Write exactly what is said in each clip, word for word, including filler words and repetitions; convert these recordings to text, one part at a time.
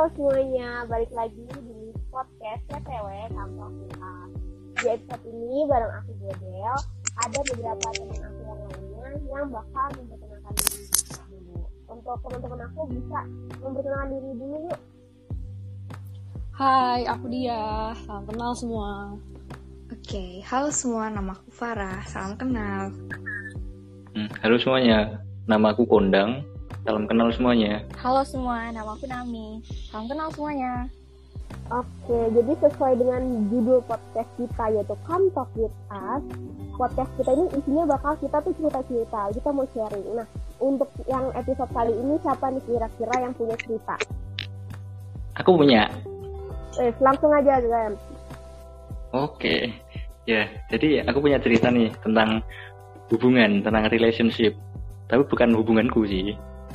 semuanya, balik lagi di podcast T T W Kampung Kita. Di episode ini bareng aku Bodel, ada beberapa teman aku yang lainnya yang bakal memperkenalkan diri dulu. Untuk teman-teman aku bisa memperkenalkan diri dulu yuk. Hai, aku Dia. Salam kenal semua. Oke, halo semua, nama aku Farah. Salam kenal. Hmm, halo semuanya, nama aku Kondang. Salam kenal semuanya. Halo semua, nama aku Nami. Salam kenal semuanya. Oke, jadi sesuai dengan judul podcast kita yaitu Come Talk With Us. Podcast kita ini isinya bakal kita tuh cerita-cerita, kita mau sharing. Nah, untuk yang episode kali ini siapa nih kira-kira yang punya cerita? Aku punya. Eh, langsung aja kan. Oke, ya. Jadi aku punya cerita nih tentang hubungan, tentang relationship. Tapi bukan hubunganku sih.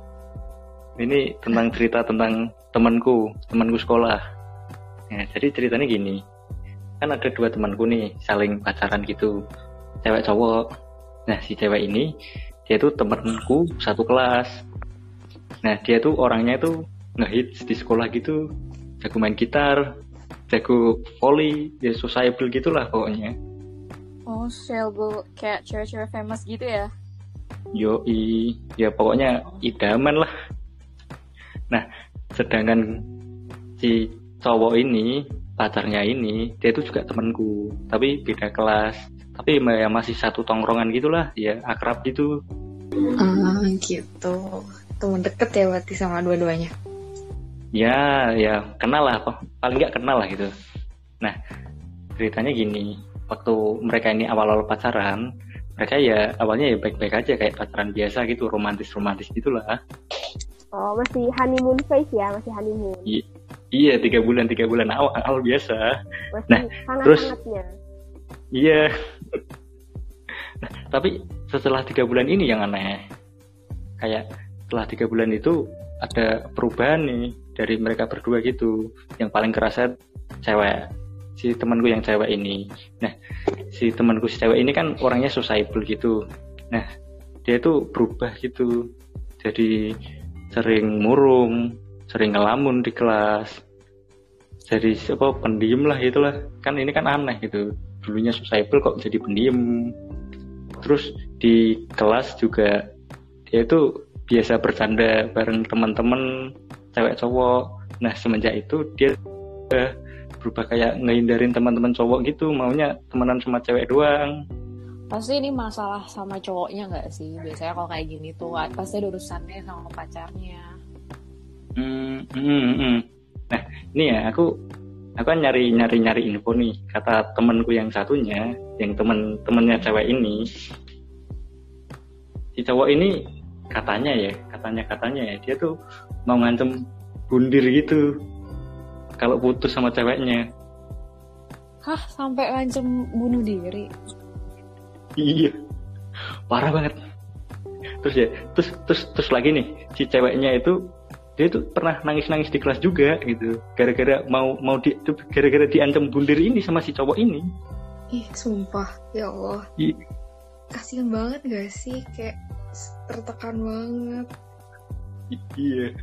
Ini tentang cerita tentang temanku, temanku sekolah. Nah, jadi ceritanya gini. Kan ada dua temanku nih, saling pacaran gitu. Cewek cowok. Nah, si cewek ini, dia tuh temanku satu kelas. Nah, dia tuh orangnya tuh ngehits di sekolah gitu. Jago main gitar, jago volley, ya sociable gitulah pokoknya. Oh, sociable kayak cewek-cewek famous gitu ya? Yoi, ya pokoknya idaman lah. Nah, sedangkan si cowok ini, pacarnya ini, dia itu juga temanku, tapi beda kelas. Tapi ya masih satu tongkrongan gitulah, ya akrab gitu. Ah, gitu. Teman deket ya berarti sama dua-duanya. Ya, ya kenal lah, paling nggak kenal lah gitu. Nah, ceritanya gini, waktu mereka ini awal-awal pacaran, mereka ya awalnya ya baik-baik aja kayak pacaran biasa gitu, romantis-romantis gitulah. Oh, masih honeymoon phase ya, masih honeymoon. I- iya, tiga bulan tiga bulan awal, awal biasa. Masih nah, terus hangat-hangatnya. Iya. Nah, tapi setelah tiga bulan ini yang aneh, kayak setelah tiga bulan itu ada perubahan nih dari mereka berdua gitu. Yang paling kerasa cewek, si temanku yang cewek ini. Nah, si temanku si cewek ini kan orangnya sociable gitu. Nah, dia tuh berubah gitu. Jadi sering murung, sering ngelamun di kelas. Jadi apa pendiam lah gitulah. Kan ini kan aneh gitu. Dulunya sociable kok jadi pendiam. Terus di kelas juga dia itu biasa bercanda bareng teman-teman cewek cowok. Nah, semenjak itu dia udah berubah kayak ngehindarin teman-teman cowok gitu, maunya temenan sama cewek doang. Pasti ini masalah sama cowoknya nggak sih? Biasanya kalau kayak gini tuh pasti ada urusannya sama pacarnya. Hmm, hmm, hmm. Nah, ini ya aku aku kan nyari nyari nyari info nih. Kata temanku yang satunya, yang temen temennya cewek ini, si cowok ini katanya ya, katanya katanya ya, dia tuh mau ngancem bundir gitu kalau putus sama ceweknya. Hah, sampai ngancem bunuh diri? Iya, parah banget. Terus ya, terus terus terus lagi nih, si ceweknya itu dia tuh pernah nangis-nangis di kelas juga gitu, gara-gara mau mau di tuh, gara-gara diancam bundir ini sama si cowok ini. Ih, sumpah, ya Allah. I- Kasian banget gak sih? Kayak tertekan banget. iya.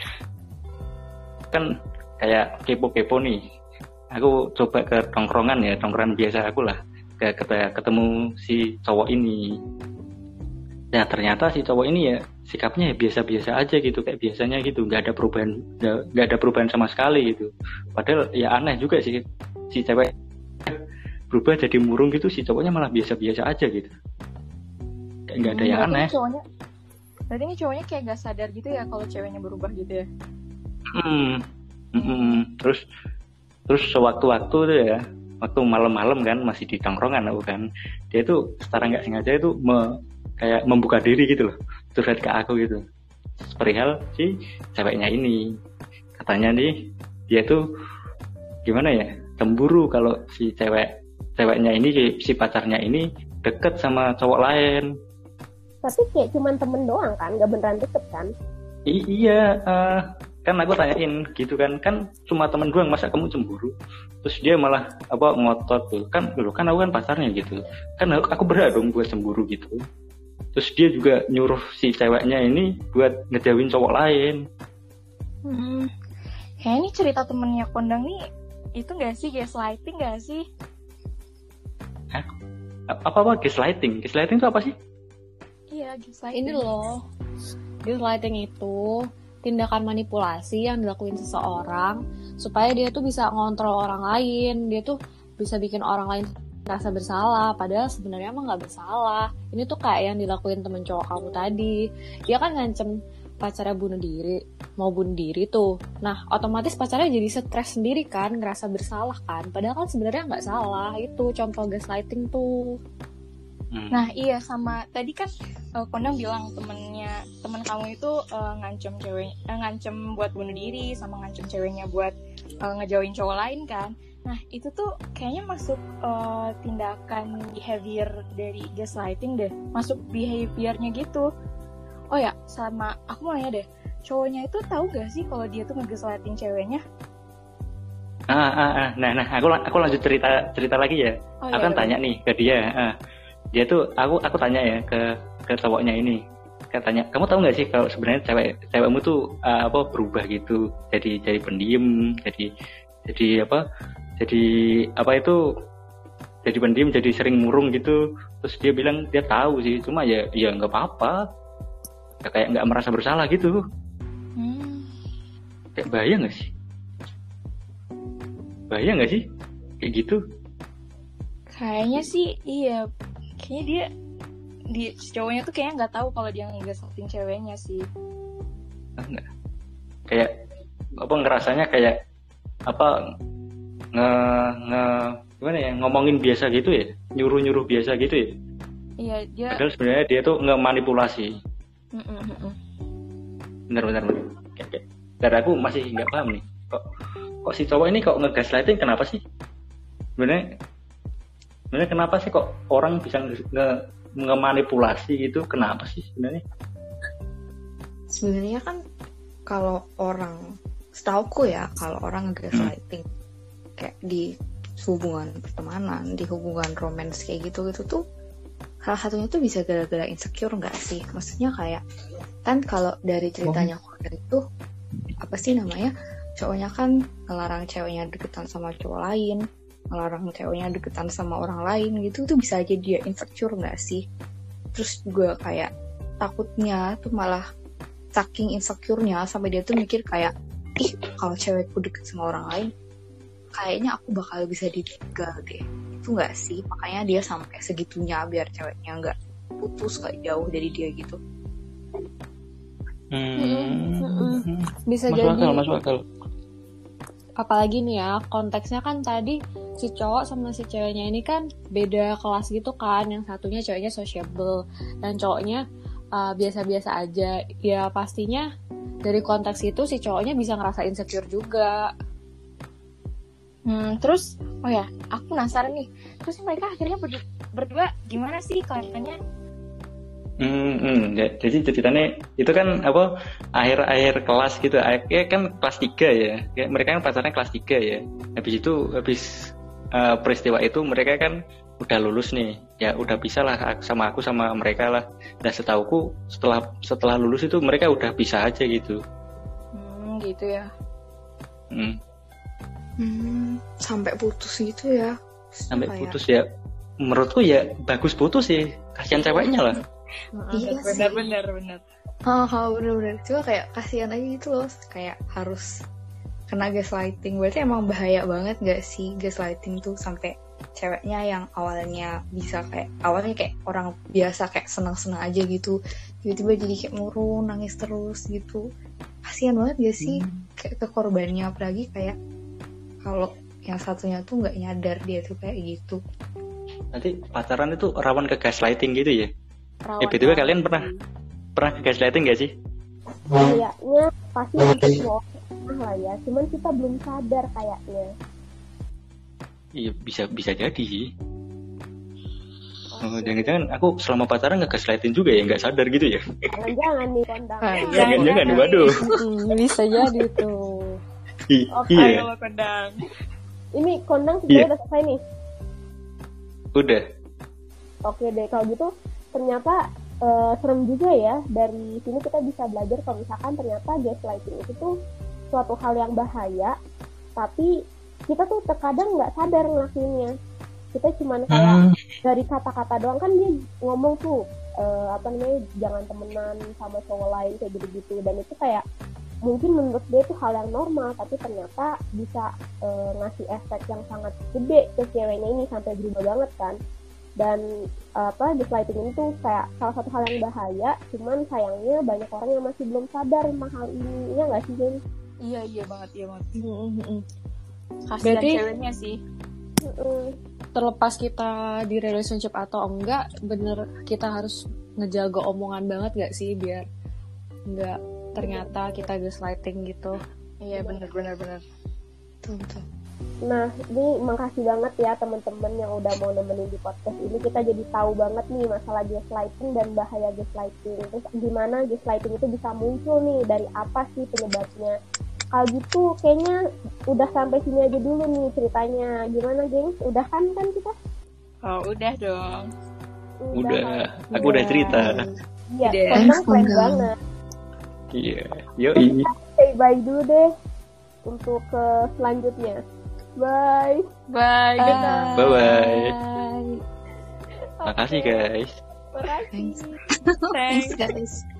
Kan kayak kepo-kepo nih. Aku coba ke tongkrongan ya, tongkrongan biasa aku lah. Ke ketemu si cowok ini. Ya ternyata si cowok ini ya sikapnya ya biasa-biasa aja gitu, kayak biasanya gitu, nggak ada perubahan, nggak ada perubahan sama sekali gitu. Padahal ya aneh juga sih, si cewek berubah jadi murung gitu, si cowoknya malah biasa-biasa aja gitu. Kayak nggak ada Hmm, yang berarti aneh. ini cowoknya, berarti ini cowoknya kayak gak sadar gitu ya kalau ceweknya berubah gitu ya? Hmm. Hmm. Terus terus sewaktu-waktu tuh ya, waktu malam-malam kan masih di tongkrongan aku kan, dia tuh secara nggak sengaja itu me, kayak membuka diri gitu loh, curhat ke aku gitu, perihal si ceweknya ini. Katanya nih dia tuh gimana ya, cemburu kalau si cewek ceweknya ini si, si pacarnya ini deket sama cowok lain. Tapi kayak cuman temen doang kan, gak beneran deket kan? I- iya uh, kan aku tanyain gitu kan, kan cuma temen doang masa kamu cemburu? Terus dia malah apa ngotot tuh, kan loh kan aku kan pacarnya gitu, kan aku, aku berhak dong buat cemburu gitu. Terus dia juga nyuruh si ceweknya ini buat ngejauhin cowok lain. Hmm. Kayaknya ini cerita temennya Kondang nih, itu gak sih gaslighting gak sih? Hah? Apa-apa gaslighting? Gaslighting itu apa sih? Iya, gaslighting. Ini loh, gaslighting itu tindakan manipulasi yang dilakuin seseorang supaya dia tuh bisa ngontrol orang lain. Dia tuh bisa bikin orang lain merasa bersalah, padahal sebenarnya emang nggak bersalah. Ini tuh kayak yang dilakuin temen cowok kamu tadi. Dia kan ngancem pacarnya bunuh diri, mau bunuh diri tuh. Nah, otomatis pacarnya jadi stres sendiri kan, ngerasa bersalah kan. Padahal kan sebenarnya nggak salah. Itu contoh gaslighting tuh. Hmm. Nah iya, sama tadi kan uh, Kondang bilang temennya temen kamu itu uh, ngancem cewek, uh, ngancem buat bunuh diri sama ngancem ceweknya buat uh, ngejauhin cowok lain kan. Nah itu tuh kayaknya masuk uh, tindakan behavior dari gaslighting deh, masuk behaviornya gitu. Oh ya, sama aku mau nanya deh, cowoknya itu tahu gak sih kalau dia tuh ngegaslighting ceweknya? Ah, ah, ah. Nah, nah, aku aku lanjut cerita cerita lagi ya. Oh, aku iya, kan iya. tanya nih ke dia. Ah. Dia tuh aku aku tanya ya ke ke cowoknya ini. Katanya, kamu tahu nggak sih kalau sebenarnya cewek cewekmu tuh uh, apa berubah gitu, jadi jadi pendiam, jadi jadi apa? Jadi apa itu? Jadi pendiam, jadi sering murung gitu. Terus dia bilang dia tahu sih, cuma ya ya nggak apa-apa. Ya, kayak nggak merasa bersalah gitu. Hmm. Kayak bahaya nggak sih? Bahaya nggak sih? Kayak gitu. Kayaknya sih iya. Kayaknya dia di cowoknya tuh kayaknya nggak tahu kalau dia ngegaslighting ceweknya sih. Enggak. Kayak apa ngerasanya kayak apa nge nge gimana ya ngomongin biasa gitu ya, nyuruh-nyuruh biasa gitu ya. Iya dia. Padahal sebenarnya dia tuh ngemanipulasi. Mm-mm-mm. Benar-benar. Kayak, kayak. Dan aku masih nggak paham nih. Kok kok si cowok ini kok ngegaslighting kenapa sih? Sebenarnya sebenarnya kenapa sih kok orang bisa nge ngemanipulasi gitu? Kenapa sih sebenarnya? Sebenarnya kan kalau orang, setauku ya, kalau orang nge-gaslighting hmm. kayak di hubungan pertemanan, di hubungan romance kayak gitu gitu tuh salah satunya tuh bisa gara-gara insecure nggak sih? Maksudnya kayak kan kalau dari ceritanya oh. Kordan itu apa sih namanya? Cowoknya kan ngelarang ceweknya deketan sama cowok lain, ngelarang ceweknya deketan sama orang lain gitu, tuh bisa aja dia insecure nggak sih? Terus juga kayak takutnya tuh malah saking insecure-nya sampai dia tuh mikir kayak, ih kalau cewekku deket sama orang lain kayaknya aku bakal bisa ditinggal deh. Itu nggak sih? Makanya dia sampai segitunya biar ceweknya nggak putus, nggak jauh dari dia gitu. Hmm. Hmm. Bisa masuk jadi akal, masuk akal. Apalagi nih ya, konteksnya kan tadi si cowok sama si ceweknya ini kan beda kelas gitu kan. Yang satunya ceweknya sociable dan cowoknya uh, biasa-biasa aja. Ya pastinya dari konteks itu si cowoknya bisa ngerasa insecure juga. Hmm, terus, oh ya, aku penasaran nih. Terus mereka akhirnya berdua, berdua gimana sih kelihatannya? Hmm, hmm. Jadi ceritanya itu kan apa akhir-akhir kelas gitu, akhirnya kan kelas tiga ya. Kayak mereka kan pacarnya kelas tiga ya. Habis itu habis uh, peristiwa itu mereka kan udah lulus nih. Ya udah bisa lah sama aku sama mereka lah. Dan setauku setelah setelah lulus itu mereka udah bisa aja gitu. Hmm, gitu ya. Hmm. Hmm, sampai putus gitu ya. Sampai Kayak... putus ya. Menurutku ya bagus putus sih. Kasihan ceweknya lah. Iya sih. Benar-benar benar. Oh, oh bener-bener. Cuma kayak kasihan aja gitu loh. Kayak harus kena gaslighting. Berarti emang bahaya banget gak sih gaslighting tuh sampai ceweknya yang awalnya bisa kayak awalnya kayak orang biasa kayak senang-senang aja gitu, tiba-tiba jadi kayak murung, nangis terus gitu. Kasihan banget gak sih hmm. kayak ke korbannya, apalagi kayak kalau yang satunya tuh nggak nyadar dia tuh kayak gitu. Nanti pacaran itu rawan ke gaslighting gitu ya? Rawan eh, B T W kalian pernah pernah ke gaslighting gak sih? Kayaknya pasti semua lah ya, cuman kita belum sadar kayaknya. Iya bisa bisa jadi sih. Oh, jangan-jangan aku selama pacaran nggak gaslighting juga ya, nggak sadar gitu ya? Jangan-jangan nih Kondang. Jangan-jangan, waduh. Hmm, bisa jadi tuh. I- Oke, iya. Kalau Kondang. Ini Kondang sebenarnya Iya. udah selesai nih. Udah. Oke deh, kalau gitu ternyata uh, serem juga ya. Dari sini kita bisa belajar kalau misalkan ternyata gaslighting itu tuh suatu hal yang bahaya, tapi kita tuh terkadang nggak sadar ngelakuinnya. Kita cuman kayak hmm. dari kata-kata doang, kan dia ngomong tuh uh, apa namanya jangan temenan sama cowok lain kayak gitu-gitu, dan itu kayak mungkin menurut dia itu hal yang normal, tapi ternyata bisa uh, ngasih efek yang sangat gede ke ceweknya ini sampai berubah banget kan. Dan uh, apa gaslighting ini tuh kayak salah satu hal yang bahaya, cuman sayangnya banyak orang yang masih belum sadar tentang hal ini, ya nggak sih Jen? Iya iya banget iya banget. Mm-hmm. Kasian Berarti ceweknya sih. Mm-mm. Terlepas kita di relationship atau enggak, bener kita harus ngejaga omongan banget gak sih biar enggak ternyata kita gaslighting gitu. Iya bener bener bener. Betul, betul. Nah, ini makasih banget ya teman-teman yang udah mau nemenin di podcast ini. Kita jadi tahu banget nih masalah gaslighting dan bahaya gaslighting. Terus gimana gaslighting itu bisa muncul nih, dari apa sih penyebabnya. Kalau gitu kayaknya udah sampai sini aja dulu nih ceritanya. Gimana gengs? Udah kan kan kita? Oh udah dong. Udah, udah. Aku udah cerita. Iya, Konang keren banget. Iya, yoi. Say bye dulu deh untuk ke selanjutnya. Bye. Bye. Good night. Bye bye. Makasih guys. Makasih. Thanks. Thanks guys.